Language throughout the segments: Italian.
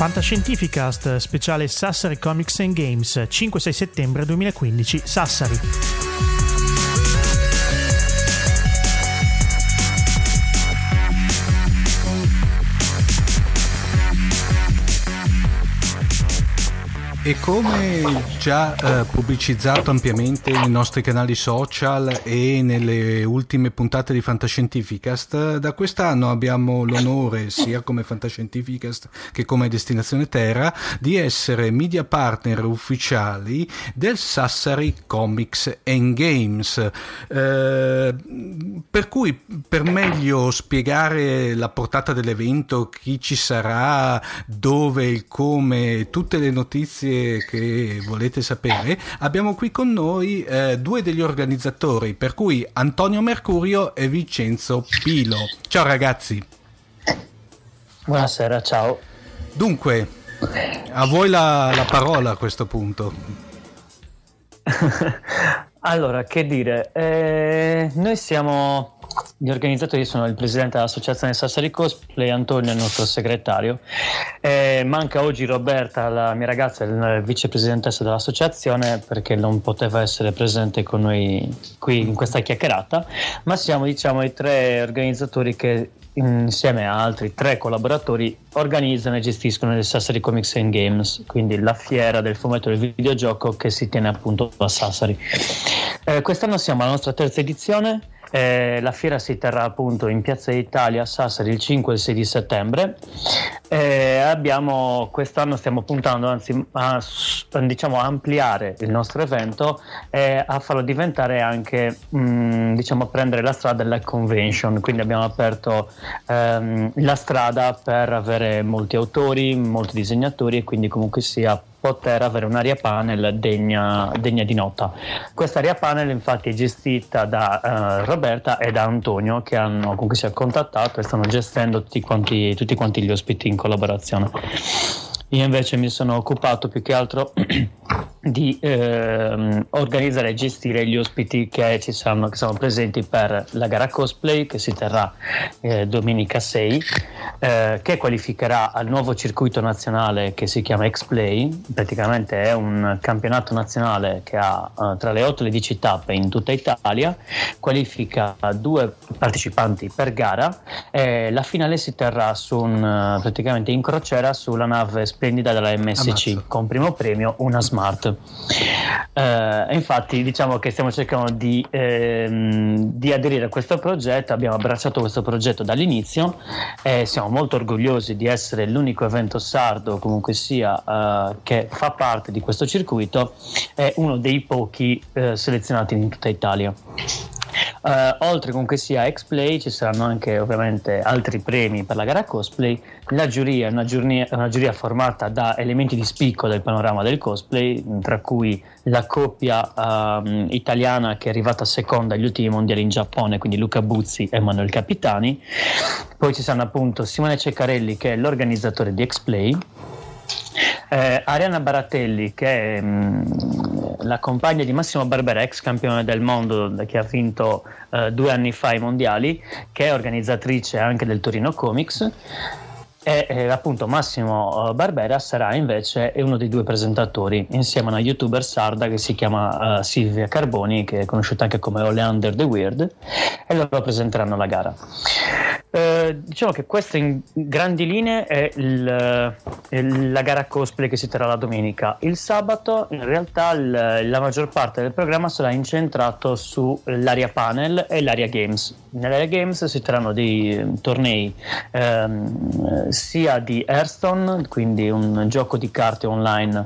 Fantascientificast speciale Sassari Comics and Games 5-6 settembre 2015 Sassari. E come già pubblicizzato ampiamente nei nostri canali social e nelle ultime puntate di Fantascientificast, da quest'anno abbiamo l'onore, sia come Fantascientificast che come Destinazione Terra, di essere media partner ufficiali del Sassari Comics and Games. Per cui, per meglio spiegare la portata dell'evento, chi ci sarà, dove, il come, tutte le notizie che volete sapere, abbiamo qui con noi due degli organizzatori, per cui Antonio Mercurio e Vincenzo Pilo. Ciao ragazzi. Buonasera, ciao. Dunque, a voi la parola a questo punto. Allora, che dire, noi siamo gli organizzatori, sono il presidente dell'associazione Sassari Cosplay, Antonio è il nostro segretario, manca oggi Roberta, la mia ragazza, la vicepresidentessa dell'associazione, perché non poteva essere presente con noi qui in questa chiacchierata, ma siamo, diciamo, i tre organizzatori che insieme a altri tre collaboratori organizzano e gestiscono il Sassari Comics and Games, quindi la fiera del fumetto e del videogioco che si tiene appunto a Sassari. Quest'anno siamo alla nostra terza edizione. La fiera si terrà appunto in Piazza Italia a Sassari il 5 e il 6 di settembre. Quest'anno stiamo puntando anzi a ampliare il nostro evento e a farlo diventare anche prendere la strada della convention, quindi abbiamo aperto la strada per avere molti autori, molti disegnatori e quindi comunque sia poter avere un'area panel degna di nota. Questa area panel infatti è gestita da Roberta e da Antonio, che hanno comunque sia contattato e stanno gestendo tutti quanti gli ospiti in collaborazione. Io invece mi sono occupato più che altro di organizzare e gestire gli ospiti che sono presenti per la gara cosplay che si terrà domenica 6, che qualificherà al nuovo circuito nazionale che si chiama X-Play. Praticamente è un campionato nazionale che ha tra le 8 e le 10 tappe in tutta Italia, qualifica 2 partecipanti per gara e la finale si terrà praticamente in crociera sulla nave splendida della MSC. Ammazza. Con primo premio una Smart. Infatti diciamo che stiamo cercando di aderire a questo progetto, abbiamo abbracciato questo progetto dall'inizio e siamo molto orgogliosi di essere l'unico evento sardo comunque sia che fa parte di questo circuito e uno dei pochi selezionati in tutta Italia. Oltre comunque sia a X-Play ci saranno anche ovviamente altri premi per la gara cosplay. La giuria è una giuria formata da elementi di spicco del panorama del cosplay, tra cui la coppia italiana che è arrivata seconda agli ultimi mondiali in Giappone, quindi Luca Buzzi e Manuel Capitani. Poi ci saranno appunto Simone Ceccarelli, che è l'organizzatore di X-Play, Arianna Baratelli, che è la compagna di Massimo Barbera, ex campione del mondo che ha vinto 2 anni fa i mondiali, che è organizzatrice anche del Torino Comics. E appunto Massimo Barbera sarà invece uno dei 2 presentatori insieme a una youtuber sarda che si chiama Silvia Carboni, che è conosciuta anche come Oleander the Weird, e loro presenteranno la gara. Diciamo che questa in grandi linee è la gara cosplay che si terrà la domenica. Il sabato in realtà la maggior parte del programma sarà incentrato sull'area panel e l'area games. Nell'area games si terranno dei tornei sia di Hearthstone, quindi un gioco di carte online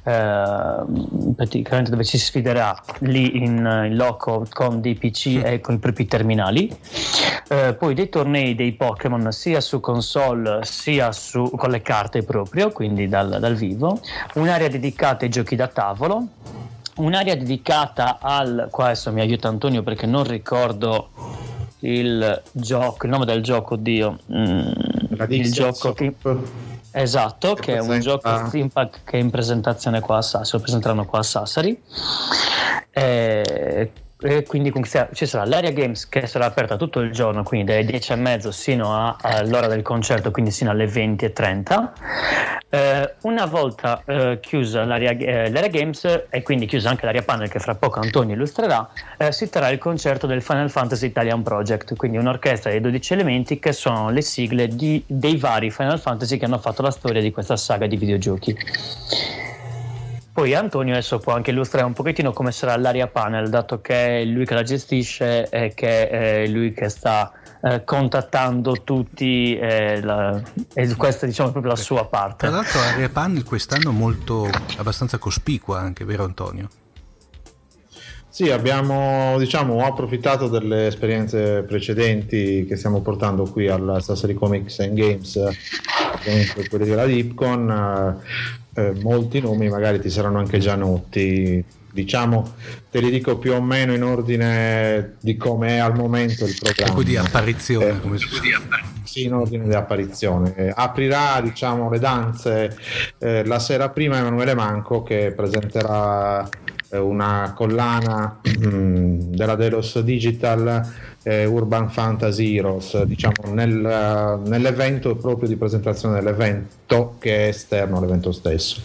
praticamente dove ci sfiderà lì in loco con dei PC e con i propri terminali. Poi dei tornei dei Pokémon sia su console sia con le carte proprio, quindi dal vivo, un'area dedicata ai giochi da tavolo, un'area dedicata qua adesso mi aiuta Antonio perché non ricordo il nome del gioco, oddio, il gioco esatto, che è un gioco steampunk che è in presentazione qua a Sassari, lo presenteranno qua a Sassari, quindi ci sarà l'area games che sarà aperta tutto il giorno, quindi dalle 10:30 sino all'ora del concerto, quindi sino alle 20:30. Una volta chiusa l'area games e quindi chiusa anche l'area panel che fra poco Antonio illustrerà, si terrà il concerto del Final Fantasy Italian Project, quindi un'orchestra dei 12 elementi che sono le sigle dei vari Final Fantasy che hanno fatto la storia di questa saga di videogiochi. Poi Antonio adesso può anche illustrare un pochettino come sarà l'area panel, dato che è lui che la gestisce e che è lui che sta contattando tutti, e questa diciamo è proprio la sua parte. Tra l'altro l'area panel quest'anno abbastanza cospicua anche, vero Antonio? Sì, abbiamo approfittato delle esperienze precedenti che stiamo portando qui alla Sassari Comics and Games, quelli della Dipcon. Molti nomi magari ti saranno anche già noti, te li dico più o meno in ordine di come è al momento il programma. Di apparizione, come si dice. Sì, in ordine di apparizione. Aprirà le danze la sera prima Emanuele Manco, che presenterà una collana della Delos Digital, Urban Fantasy Heroes, nell'evento proprio di presentazione dell'evento, che è esterno all'evento stesso.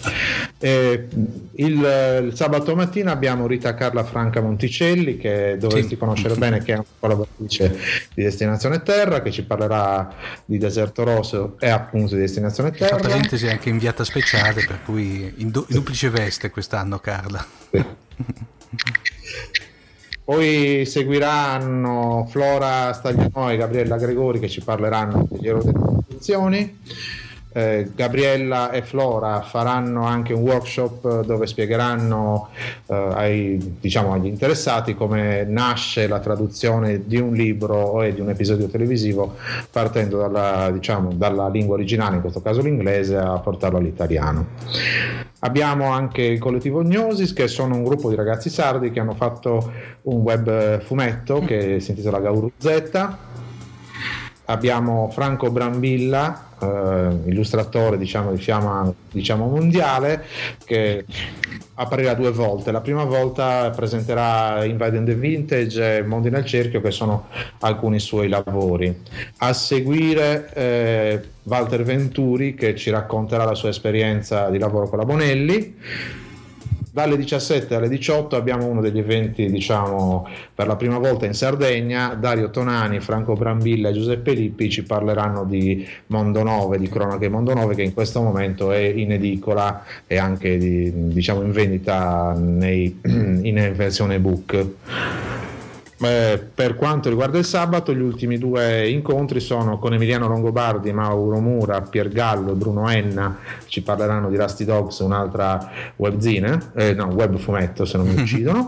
Il sabato mattina abbiamo Rita Carla Franca Monticelli, che dovresti conoscere bene, che è una collaboratrice di Destinazione Terra, che ci parlerà di Deserto Rosso e appunto di Destinazione Terra. Tra parentesi anche inviata speciale, per cui in duplice veste quest'anno Carla. Poi seguiranno Flora Stagliano e Gabriella Gregori, che ci parleranno degli eroi delle produzioni. Gabriella e Flora faranno anche un workshop dove spiegheranno agli interessati come nasce la traduzione di un libro o di un episodio televisivo, partendo dalla lingua originale, in questo caso l'inglese, a portarlo all'italiano. Abbiamo anche il collettivo Gnosis, che sono un gruppo di ragazzi sardi che hanno fatto un web fumetto che si intitola Gauruzetta. Abbiamo Franco Brambilla, illustratore di fiamma mondiale, che apparirà 2 volte. La prima volta presenterà Invading the Vintage e Mondi nel Cerchio, che sono alcuni suoi lavori. A seguire Walter Venturi, che ci racconterà la sua esperienza di lavoro con la Bonelli. Dalle 17 alle 18 abbiamo uno degli eventi, per la prima volta in Sardegna. Dario Tonani, Franco Brambilla e Giuseppe Lippi ci parleranno di Mondo 9, di Cronache Mondo 9, che in questo momento è in edicola e anche in vendita in versione ebook. Per quanto riguarda il sabato, gli ultimi 2 incontri sono con Emiliano Longobardi, Mauro Mura, Piergallo e Bruno Enna. Ci parleranno di Rusty Dogs, un'altra web fumetto, se non mi uccidono.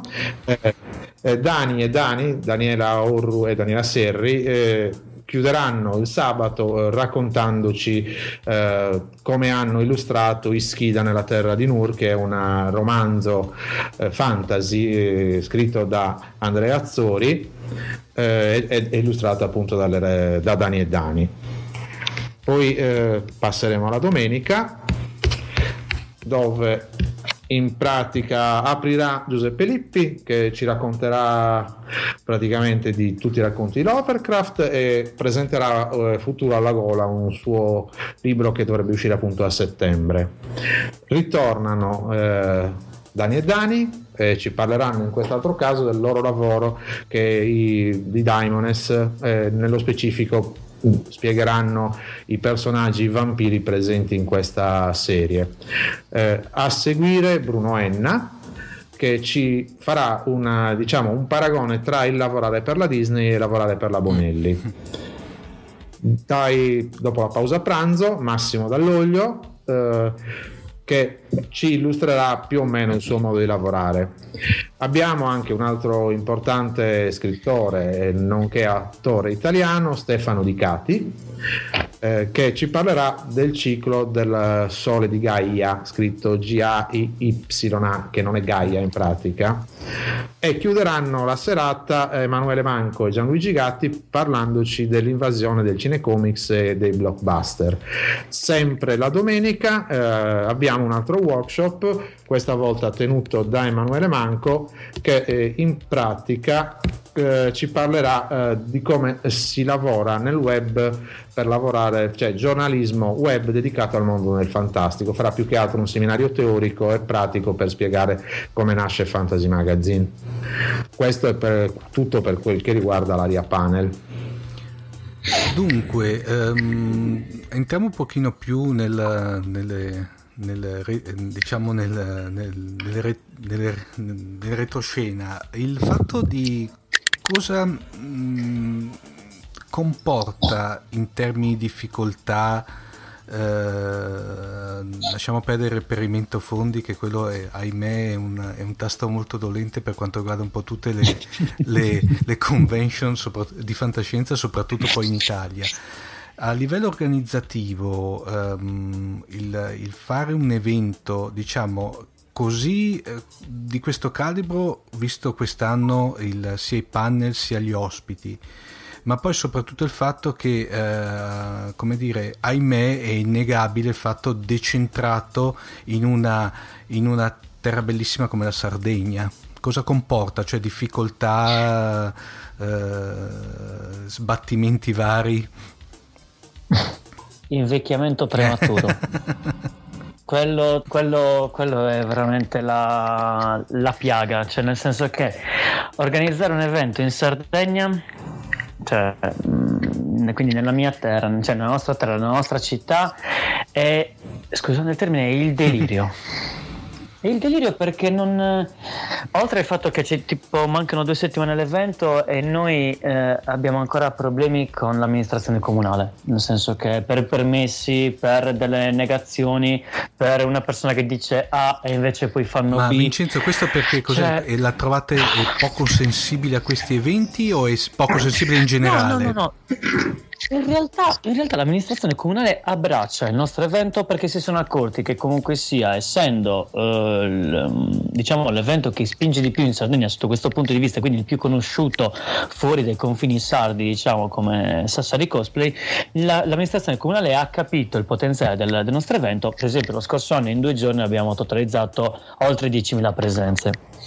Daniela Orru e Daniela Serri chiuderanno il sabato raccontandoci come hanno illustrato Ischida nella terra di Nur, che è un romanzo fantasy scritto da Andrea Azzori e illustrato appunto da Dani e Dani. Poi passeremo alla domenica, dove in pratica aprirà Giuseppe Lippi, che ci racconterà praticamente di tutti i racconti di Lovecraft e presenterà Futuro alla gola, un suo libro che dovrebbe uscire appunto a settembre. Ritornano Dani e Dani e ci parleranno in quest'altro caso del loro lavoro, che di Daimones, nello specifico spiegheranno i personaggi vampiri presenti in questa serie. A seguire Bruno Enna, che ci farà un paragone tra il lavorare per la Disney e lavorare per la Bonelli. Dopo la pausa pranzo, Massimo Dall'Oglio, che ci illustrerà più o meno il suo modo di lavorare. Abbiamo anche un altro importante scrittore nonché attore italiano, Stefano Di Cati, che ci parlerà del ciclo del Sole di Gaia, scritto G-A-I-Y-A, che non è Gaia in pratica. E chiuderanno la serata Emanuele Manco e Gianluigi Gatti parlandoci dell'invasione del cinecomics e dei blockbuster. Sempre la domenica abbiamo un altro workshop, questa volta tenuto da Emanuele Manco, che in pratica ci parlerà di come si lavora nel web per lavorare, cioè giornalismo web dedicato al mondo del fantastico. Farà più che altro un seminario teorico e pratico per spiegare come nasce Fantasy Magazine. Questo è tutto per quel che riguarda l'area panel. Dunque, entriamo un pochino più nel retroscena. Il fatto di cosa comporta in termini di difficoltà, lasciamo perdere il reperimento fondi, che quello è, ahimè, è un tasto molto dolente per quanto riguarda un po' tutte le convention di fantascienza, soprattutto poi in Italia. A livello organizzativo, il fare un evento, diciamo così, di questo calibro, visto quest'anno sia i panel sia gli ospiti, ma poi soprattutto il fatto che, come dire, ahimè, è innegabile il fatto decentrato in una terra bellissima come la Sardegna. Cosa comporta? Cioè difficoltà, sbattimenti vari? Invecchiamento prematuro. Quello è veramente la piaga, cioè nel senso che organizzare un evento in Sardegna, cioè quindi nella mia terra, cioè nella nostra terra, nella nostra città, è, scusate il termine, è il delirio. È il delirio perché oltre al fatto che mancano 2 settimane all'evento e noi abbiamo ancora problemi con l'amministrazione comunale, nel senso che per permessi, per delle negazioni, per una persona che dice A e invece poi fanno B. Ma Vincenzo, questo perché cos'è? Cioè, la trovate poco sensibile a questi eventi o è poco sensibile in generale? No. In realtà l'amministrazione comunale abbraccia il nostro evento perché si sono accorti che comunque sia, essendo diciamo l'evento che spinge di più in Sardegna sotto questo punto di vista, quindi il più conosciuto fuori dai confini sardi, diciamo come Sassari Cosplay, l'amministrazione comunale ha capito il potenziale del nostro evento. Per esempio lo scorso anno in 2 giorni abbiamo totalizzato oltre 10.000 presenze.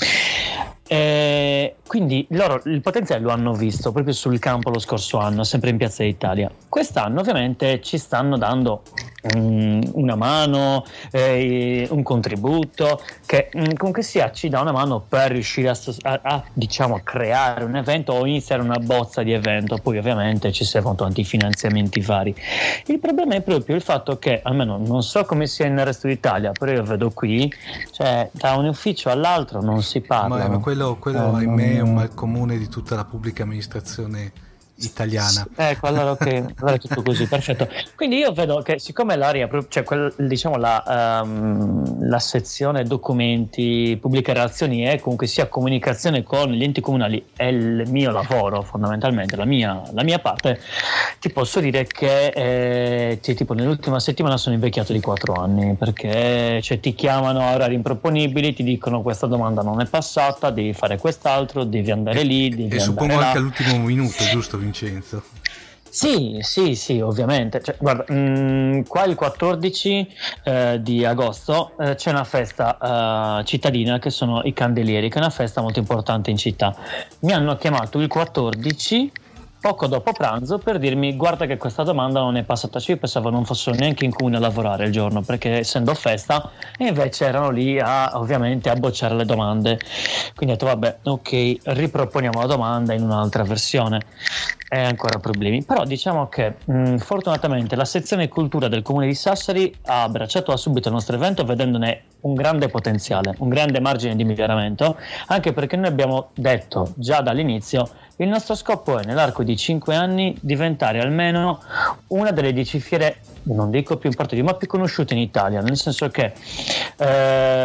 Quindi loro il potenziale lo hanno visto proprio sul campo lo scorso anno, sempre in Piazza d'Italia. Quest'anno ovviamente ci stanno dando una mano, un contributo che comunque sia ci dà una mano per riuscire a diciamo creare un evento o iniziare una bozza di evento. Poi ovviamente ci servono tanti finanziamenti vari. Il problema è proprio il fatto che, almeno non so come sia nel resto d'Italia, però io vedo qui, cioè da un ufficio all'altro non si parla. Ma quello ahimè è un mal comune di tutta la pubblica amministrazione italiana. Ecco, allora è tutto così, perfetto. Quindi io vedo che siccome l'area, cioè diciamo la sezione documenti, pubbliche relazioni e comunque sia comunicazione con gli enti comunali è il mio lavoro, fondamentalmente la mia parte, ti posso dire che tipo nell'ultima settimana sono invecchiato di 4 anni, perché cioè, ti chiamano a orari improponibili, ti dicono questa domanda non è passata, devi fare quest'altro, devi andare lì, devi andare suppongo là. Anche all'ultimo minuto, giusto Vincenzo? Sì, ovviamente. Cioè, guarda, qua il 14 di agosto c'è una festa cittadina che sono i Candelieri, che è una festa molto importante in città. Mi hanno chiamato il 14 poco dopo pranzo per dirmi guarda che questa domanda non è passata. Io pensavo non fossero neanche in comune a lavorare il giorno, perché essendo festa, e invece erano lì ovviamente a bocciare le domande. Quindi ho detto vabbè, ok, riproponiamo la domanda in un'altra versione. E ancora problemi, però diciamo che fortunatamente la sezione cultura del comune di Sassari ha abbracciato da subito il nostro evento, vedendone un grande potenziale, un grande margine di miglioramento, anche perché noi abbiamo detto già dall'inizio il nostro scopo è nell'arco di 5 anni diventare almeno una delle 10 fiere, non dico più importanti, ma più conosciute in Italia, nel senso che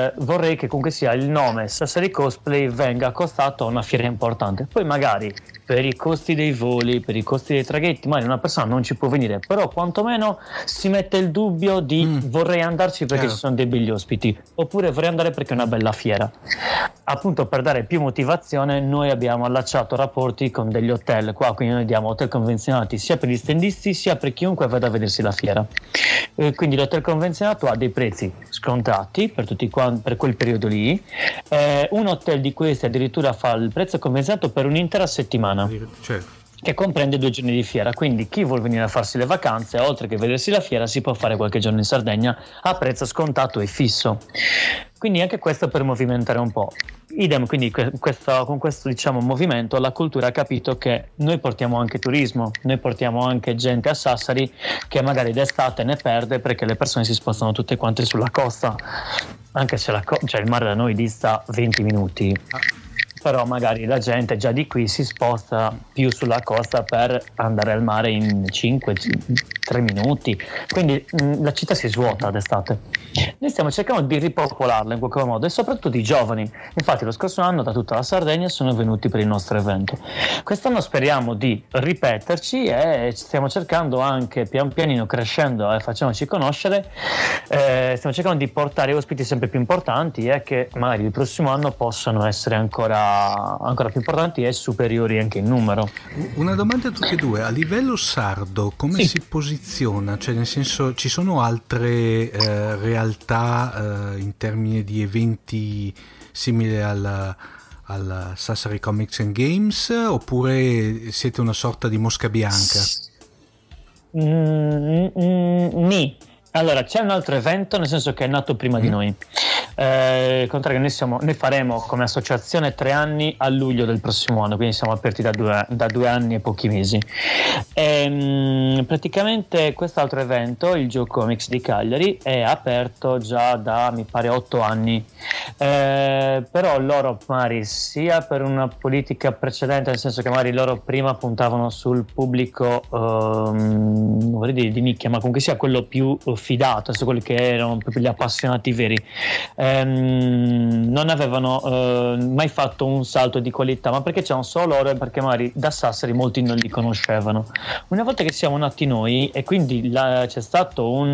vorrei che comunque sia il nome Sassari Cosplay venga accostato a una fiera importante. Poi magari per i costi dei voli, per i costi dei traghetti, magari una persona non ci può venire, però quantomeno si mette il dubbio di vorrei andarci perché ci sono dei begli ospiti, oppure vorrei andare perché è una bella fiera. Appunto, per dare più motivazione, noi abbiamo allacciato rapporti con degli hotel qua, quindi noi diamo hotel convenzionati sia per gli standisti sia per chiunque vada a vedersi la fiera. Quindi l'hotel convenzionato ha dei prezzi scontati per tutti per quel periodo lì. Un hotel di questi addirittura fa il prezzo convenzionato per un'intera settimana, che comprende 2 giorni di fiera, quindi chi vuol venire a farsi le vacanze, oltre che vedersi la fiera, si può fare qualche giorno in Sardegna a prezzo scontato e fisso. Quindi anche questo per movimentare un po'. Idem, quindi con questo diciamo movimento la cultura ha capito che noi portiamo anche turismo, noi portiamo anche gente a Sassari che magari d'estate ne perde perché le persone si spostano tutte quante sulla costa, anche se il mare da noi dista 20 minuti. Però magari la gente già di qui si sposta più sulla costa per andare al mare in 5-3 minuti, quindi la città si svuota d'estate. Noi stiamo cercando di ripopolarla in qualche modo, e soprattutto i giovani. Infatti lo scorso anno da tutta la Sardegna sono venuti per il nostro evento. Quest'anno speriamo di ripeterci e stiamo cercando anche pian pianino, crescendo e facendoci conoscere, stiamo cercando di portare ospiti sempre più importanti e che magari il prossimo anno possano essere ancora più importanti e superiori anche in numero. Una domanda a tutti e due: a livello sardo come si posiziona? Cioè, nel senso, ci sono altre realtà in termini di eventi simili al Sassari Comics and Games, oppure siete una sorta di mosca bianca? Allora, c'è un altro evento, nel senso che è nato prima di noi. Contrario, noi faremo come associazione 3 anni a luglio del prossimo anno, quindi siamo aperti da 2 anni e pochi mesi. Praticamente quest'altro evento, il Joe Comics di Cagliari, è aperto già da mi pare 8 anni, però loro magari sia per una politica precedente, nel senso che magari loro prima puntavano sul pubblico non vorrei dire di nicchia, ma comunque sia quello più fidato, quelli che erano proprio gli appassionati veri, non avevano mai fatto un salto di qualità, ma perché c'erano solo loro e perché magari da Sassari molti non li conoscevano. Una volta che siamo nati noi e quindi c'è stato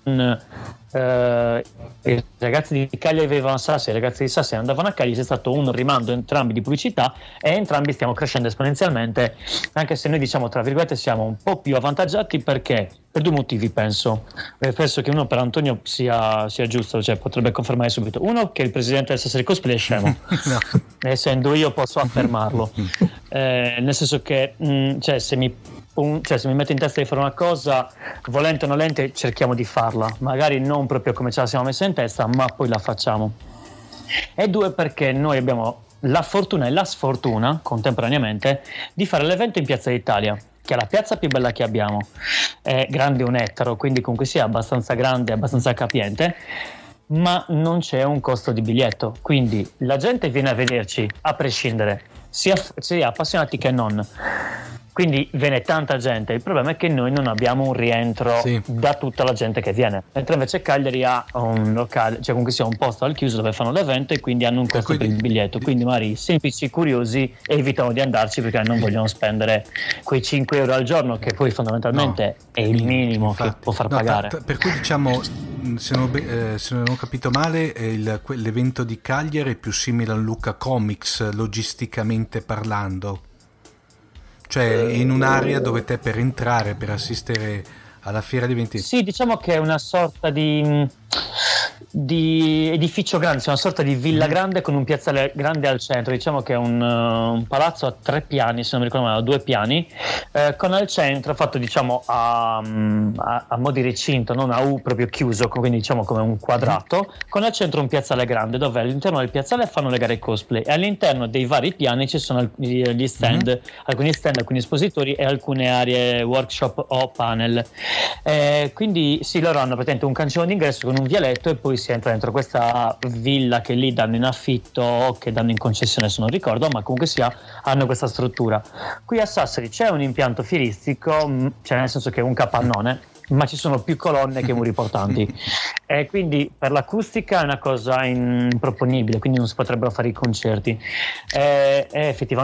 i ragazzi di Cagliari avevano Sassari, i ragazzi di Sassari andavano a Cagliari, c'è stato un rimando entrambi di pubblicità e entrambi stiamo crescendo esponenzialmente, anche se noi diciamo tra virgolette siamo un po' più avvantaggiati, perché per 2 motivi penso che uno per Antonio sia giusto, cioè potrebbe confermare subito. Uno, che il presidente del Sassari Cosplay è scemo, no. Essendo io posso affermarlo, nel senso che se mi metto in testa di fare una cosa, volente o nolente cerchiamo di farla, magari non proprio come ce la siamo messa in testa, ma poi la facciamo. E 2, perché noi abbiamo la fortuna e la sfortuna contemporaneamente di fare l'evento in Piazza d'Italia, che è la piazza più bella che abbiamo, è grande un ettaro, quindi comunque sia abbastanza grande, abbastanza capiente, ma non c'è un costo di biglietto, quindi la gente viene a vederci a prescindere, sia appassionati che non. Quindi viene tanta gente, il problema è che noi non abbiamo un rientro da tutta la gente che viene, mentre invece Cagliari ha un locale, cioè comunque sia un posto al chiuso dove fanno l'evento e quindi hanno un costo per il biglietto, quindi magari i semplici curiosi evitano di andarci perché non vogliono spendere quei 5 euro al giorno, che poi fondamentalmente è il minimo che può far pagare. Per cui diciamo, se non ho capito male, l'evento di Cagliari è più simile a Lucca Comics logisticamente parlando. Cioè in un'area dove te per entrare, per assistere alla fiera di eventi. Sì, diciamo che è una sorta di edificio grande, cioè una sorta di villa grande con un piazzale grande al centro. Diciamo che è un palazzo a 3 piani, se non mi ricordo male, a 2 piani, con al centro fatto diciamo a mo' di recinto, non a U, proprio chiuso, quindi diciamo come un quadrato, con al centro un piazzale grande dove all'interno del piazzale fanno le gare cosplay e all'interno dei vari piani ci sono gli stand, alcuni stand, alcuni espositori e alcune aree workshop o panel. Quindi sì, loro hanno praticamente un cancello d'ingresso con un vialetto e poi si entra dentro questa villa che lì danno in affitto o che danno in concessione, se non ricordo, ma comunque sia hanno questa struttura. Qui a Sassari c'è un impianto fieristico, cioè nel senso che è un capannone, ma ci sono più colonne che muri portanti e quindi per l'acustica è una cosa improponibile, quindi non si potrebbero fare i concerti e effettivamente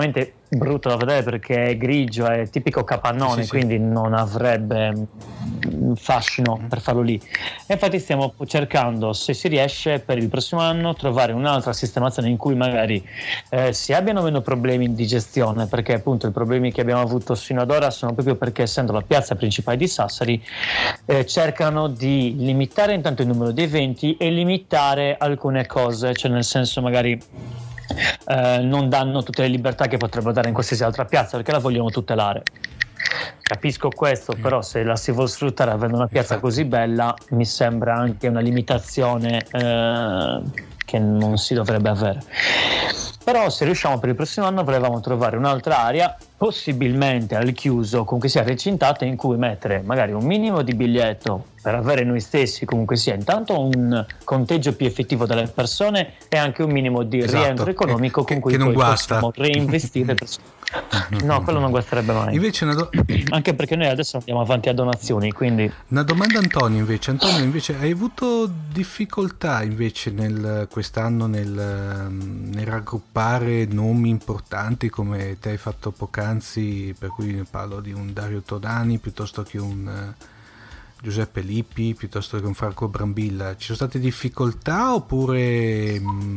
brutto da vedere perché è grigio, è tipico capannone, sì. quindi non avrebbe fascino per farlo lì. E infatti stiamo cercando, se si riesce, per il prossimo anno trovare un'altra sistemazione in cui magari si abbiano meno problemi di gestione, perché appunto i problemi che abbiamo avuto sino ad ora sono proprio perché, essendo la piazza principale di Sassari, cercano di limitare intanto il numero di eventi e limitare alcune cose, cioè nel senso magari non danno tutte le libertà che potrebbero dare in qualsiasi altra piazza, perché la vogliono tutelare. Capisco questo, però se la si vuol sfruttare avendo una piazza così bella, mi sembra anche una limitazione che non si dovrebbe avere. Però se riusciamo, per il prossimo anno volevamo trovare un'altra area, possibilmente al chiuso, comunque sia recintata, in cui mettere magari un minimo di biglietto per avere noi stessi comunque sia intanto un conteggio più effettivo delle persone e anche un minimo di rientro economico con cui poi possiamo reinvestire. No, quello non guasterebbe mai. Invece anche perché noi adesso andiamo avanti a donazioni, quindi. Una domanda Antonio invece, hai avuto difficoltà invece quest'anno nel raggruppare nomi importanti come te hai fatto poc'anzi, per cui ne parlo di un Dario Todani piuttosto che un Giuseppe Lippi, piuttosto che un Franco Brambilla? Ci sono state difficoltà oppure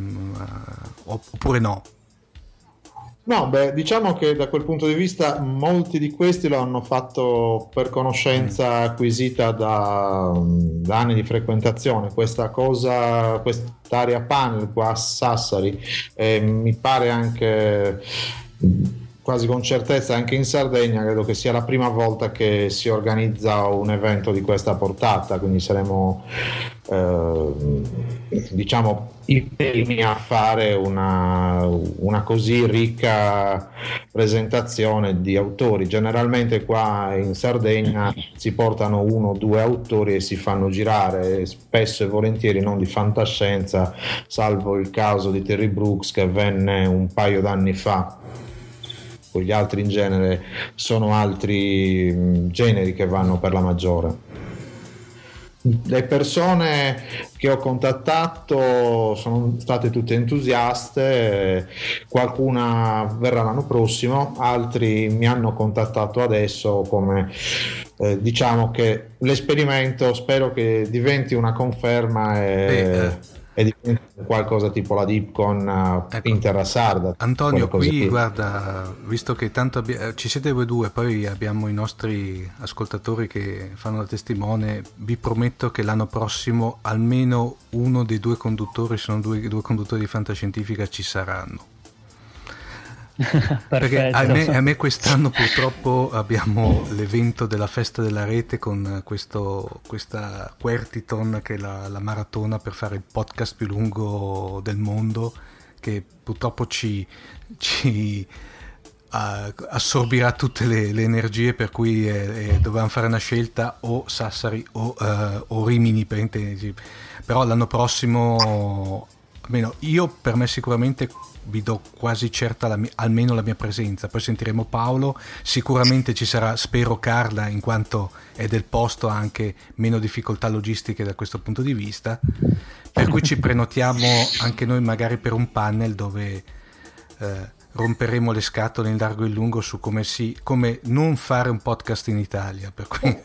no? No, diciamo che da quel punto di vista molti di questi lo hanno fatto per conoscenza acquisita da anni di frequentazione. Quest'area panel qua a Sassari, mi pare anche quasi con certezza anche in Sardegna, credo che sia la prima volta che si organizza un evento di questa portata, quindi saremo diciamo i primi a fare una così ricca presentazione di autori. Generalmente qua in Sardegna si portano 1 o 2 autori e si fanno girare, spesso e volentieri non di fantascienza, salvo il caso di Terry Brooks che venne un paio d'anni fa. Gli altri in genere sono altri generi che vanno per la maggiore. Le persone che ho contattato sono state tutte entusiaste, qualcuna verrà l'anno prossimo, altri mi hanno contattato adesso, come diciamo che l'esperimento spero che diventi una conferma e diventa qualcosa tipo la Deepcon Interra Sarda. Antonio, qui guarda, visto che tanto ci siete voi due, poi abbiamo i nostri ascoltatori che fanno la testimone, vi prometto che l'anno prossimo almeno uno dei 2 conduttori, sono due conduttori di Fantascientifica, ci saranno. Perché a me quest'anno purtroppo abbiamo l'evento della festa della rete con questa Quertiton, che è la maratona per fare il podcast più lungo del mondo, che purtroppo ci assorbirà tutte le energie, per cui dovevamo fare una scelta, o Sassari o Rimini, per intenderci. Però l'anno prossimo, almeno io, per me sicuramente vi do quasi certa almeno la mia presenza. Poi sentiremo Paolo, sicuramente ci sarà, spero, Carla, in quanto è del posto, anche meno difficoltà logistiche da questo punto di vista, per cui ci prenotiamo anche noi magari per un panel dove romperemo le scatole in largo e in lungo su come non fare un podcast in Italia, per cui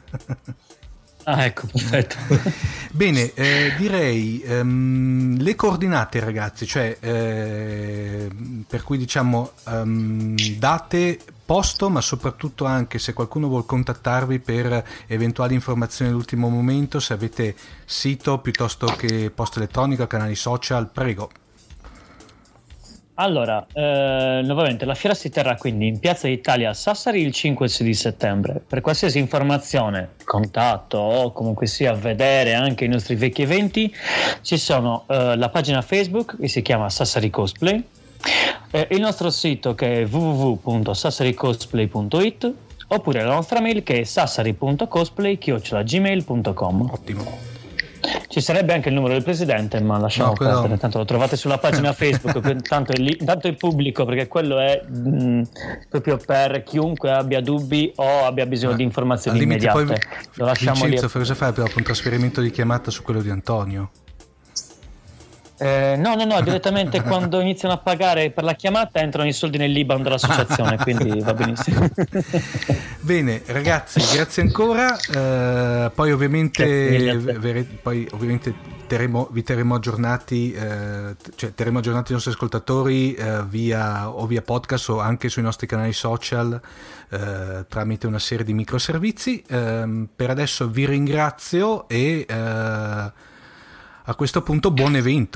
ecco, perfetto. Bene, direi le coordinate, ragazzi, cioè per cui diciamo date, posto, ma soprattutto anche se qualcuno vuol contattarvi per eventuali informazioni all'ultimo momento, se avete sito piuttosto che posta elettronica, canali social, prego. Allora, nuovamente la fiera si terrà quindi in Piazza d'Italia a Sassari il 5 e 6 di settembre. Per qualsiasi informazione, contatto o comunque sia vedere anche i nostri vecchi eventi, ci sono la pagina Facebook che si chiama Sassari Cosplay, il nostro sito che è www.sassaricosplay.it, oppure la nostra mail che è sassari.cosplay@gmail.com. Ottimo. Ci sarebbe anche il numero del presidente, ma lasciamo perdere, tanto lo trovate sulla pagina Facebook, tanto è pubblico, perché quello è proprio per chiunque abbia dubbi o abbia bisogno di informazioni immediate. Poi, lo lasciamo Vincenzo, cosa fai dopo un trasferimento di chiamata su quello di Antonio? No, direttamente quando iniziano a pagare per la chiamata entrano i soldi nell'IBAN dell'associazione, quindi va benissimo. Bene ragazzi, grazie ancora, poi ovviamente vi terremo aggiornati, terremo aggiornati i nostri ascoltatori via podcast o anche sui nostri canali social tramite una serie di microservizi. Per adesso vi ringrazio e a questo punto buon evento.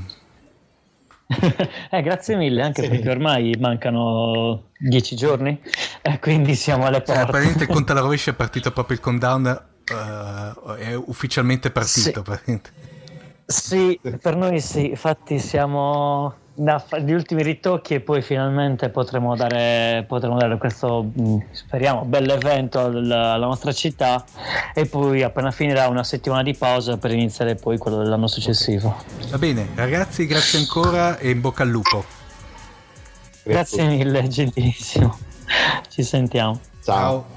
Grazie mille, anche perché ormai mancano 10 giorni, quindi siamo alle porte. Praticamente conta la rovescia, è partito proprio il countdown, è ufficialmente partito. Sì, per noi sì, infatti siamo agli ultimi ritocchi e poi finalmente potremo dare questo, speriamo, bell'evento alla nostra città, e poi appena finirà una settimana di pausa per iniziare poi quello dell'anno successivo. Va bene ragazzi, grazie ancora e in bocca al lupo. Grazie mille, gentilissimo, ci sentiamo. Ciao.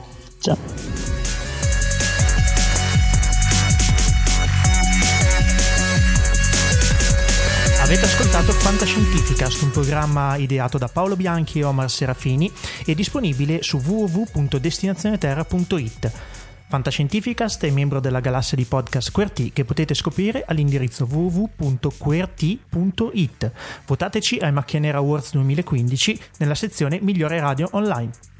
Avete ascoltato Fantascientificast, un programma ideato da Paolo Bianchi e Omar Serafini e disponibile su www.destinazioneterra.it. Fantascientificast è membro della galassia di podcast QWERTY, che potete scoprire all'indirizzo www.qwerty.it. Votateci ai Macchia Nera Awards 2015 nella sezione Migliore Radio Online.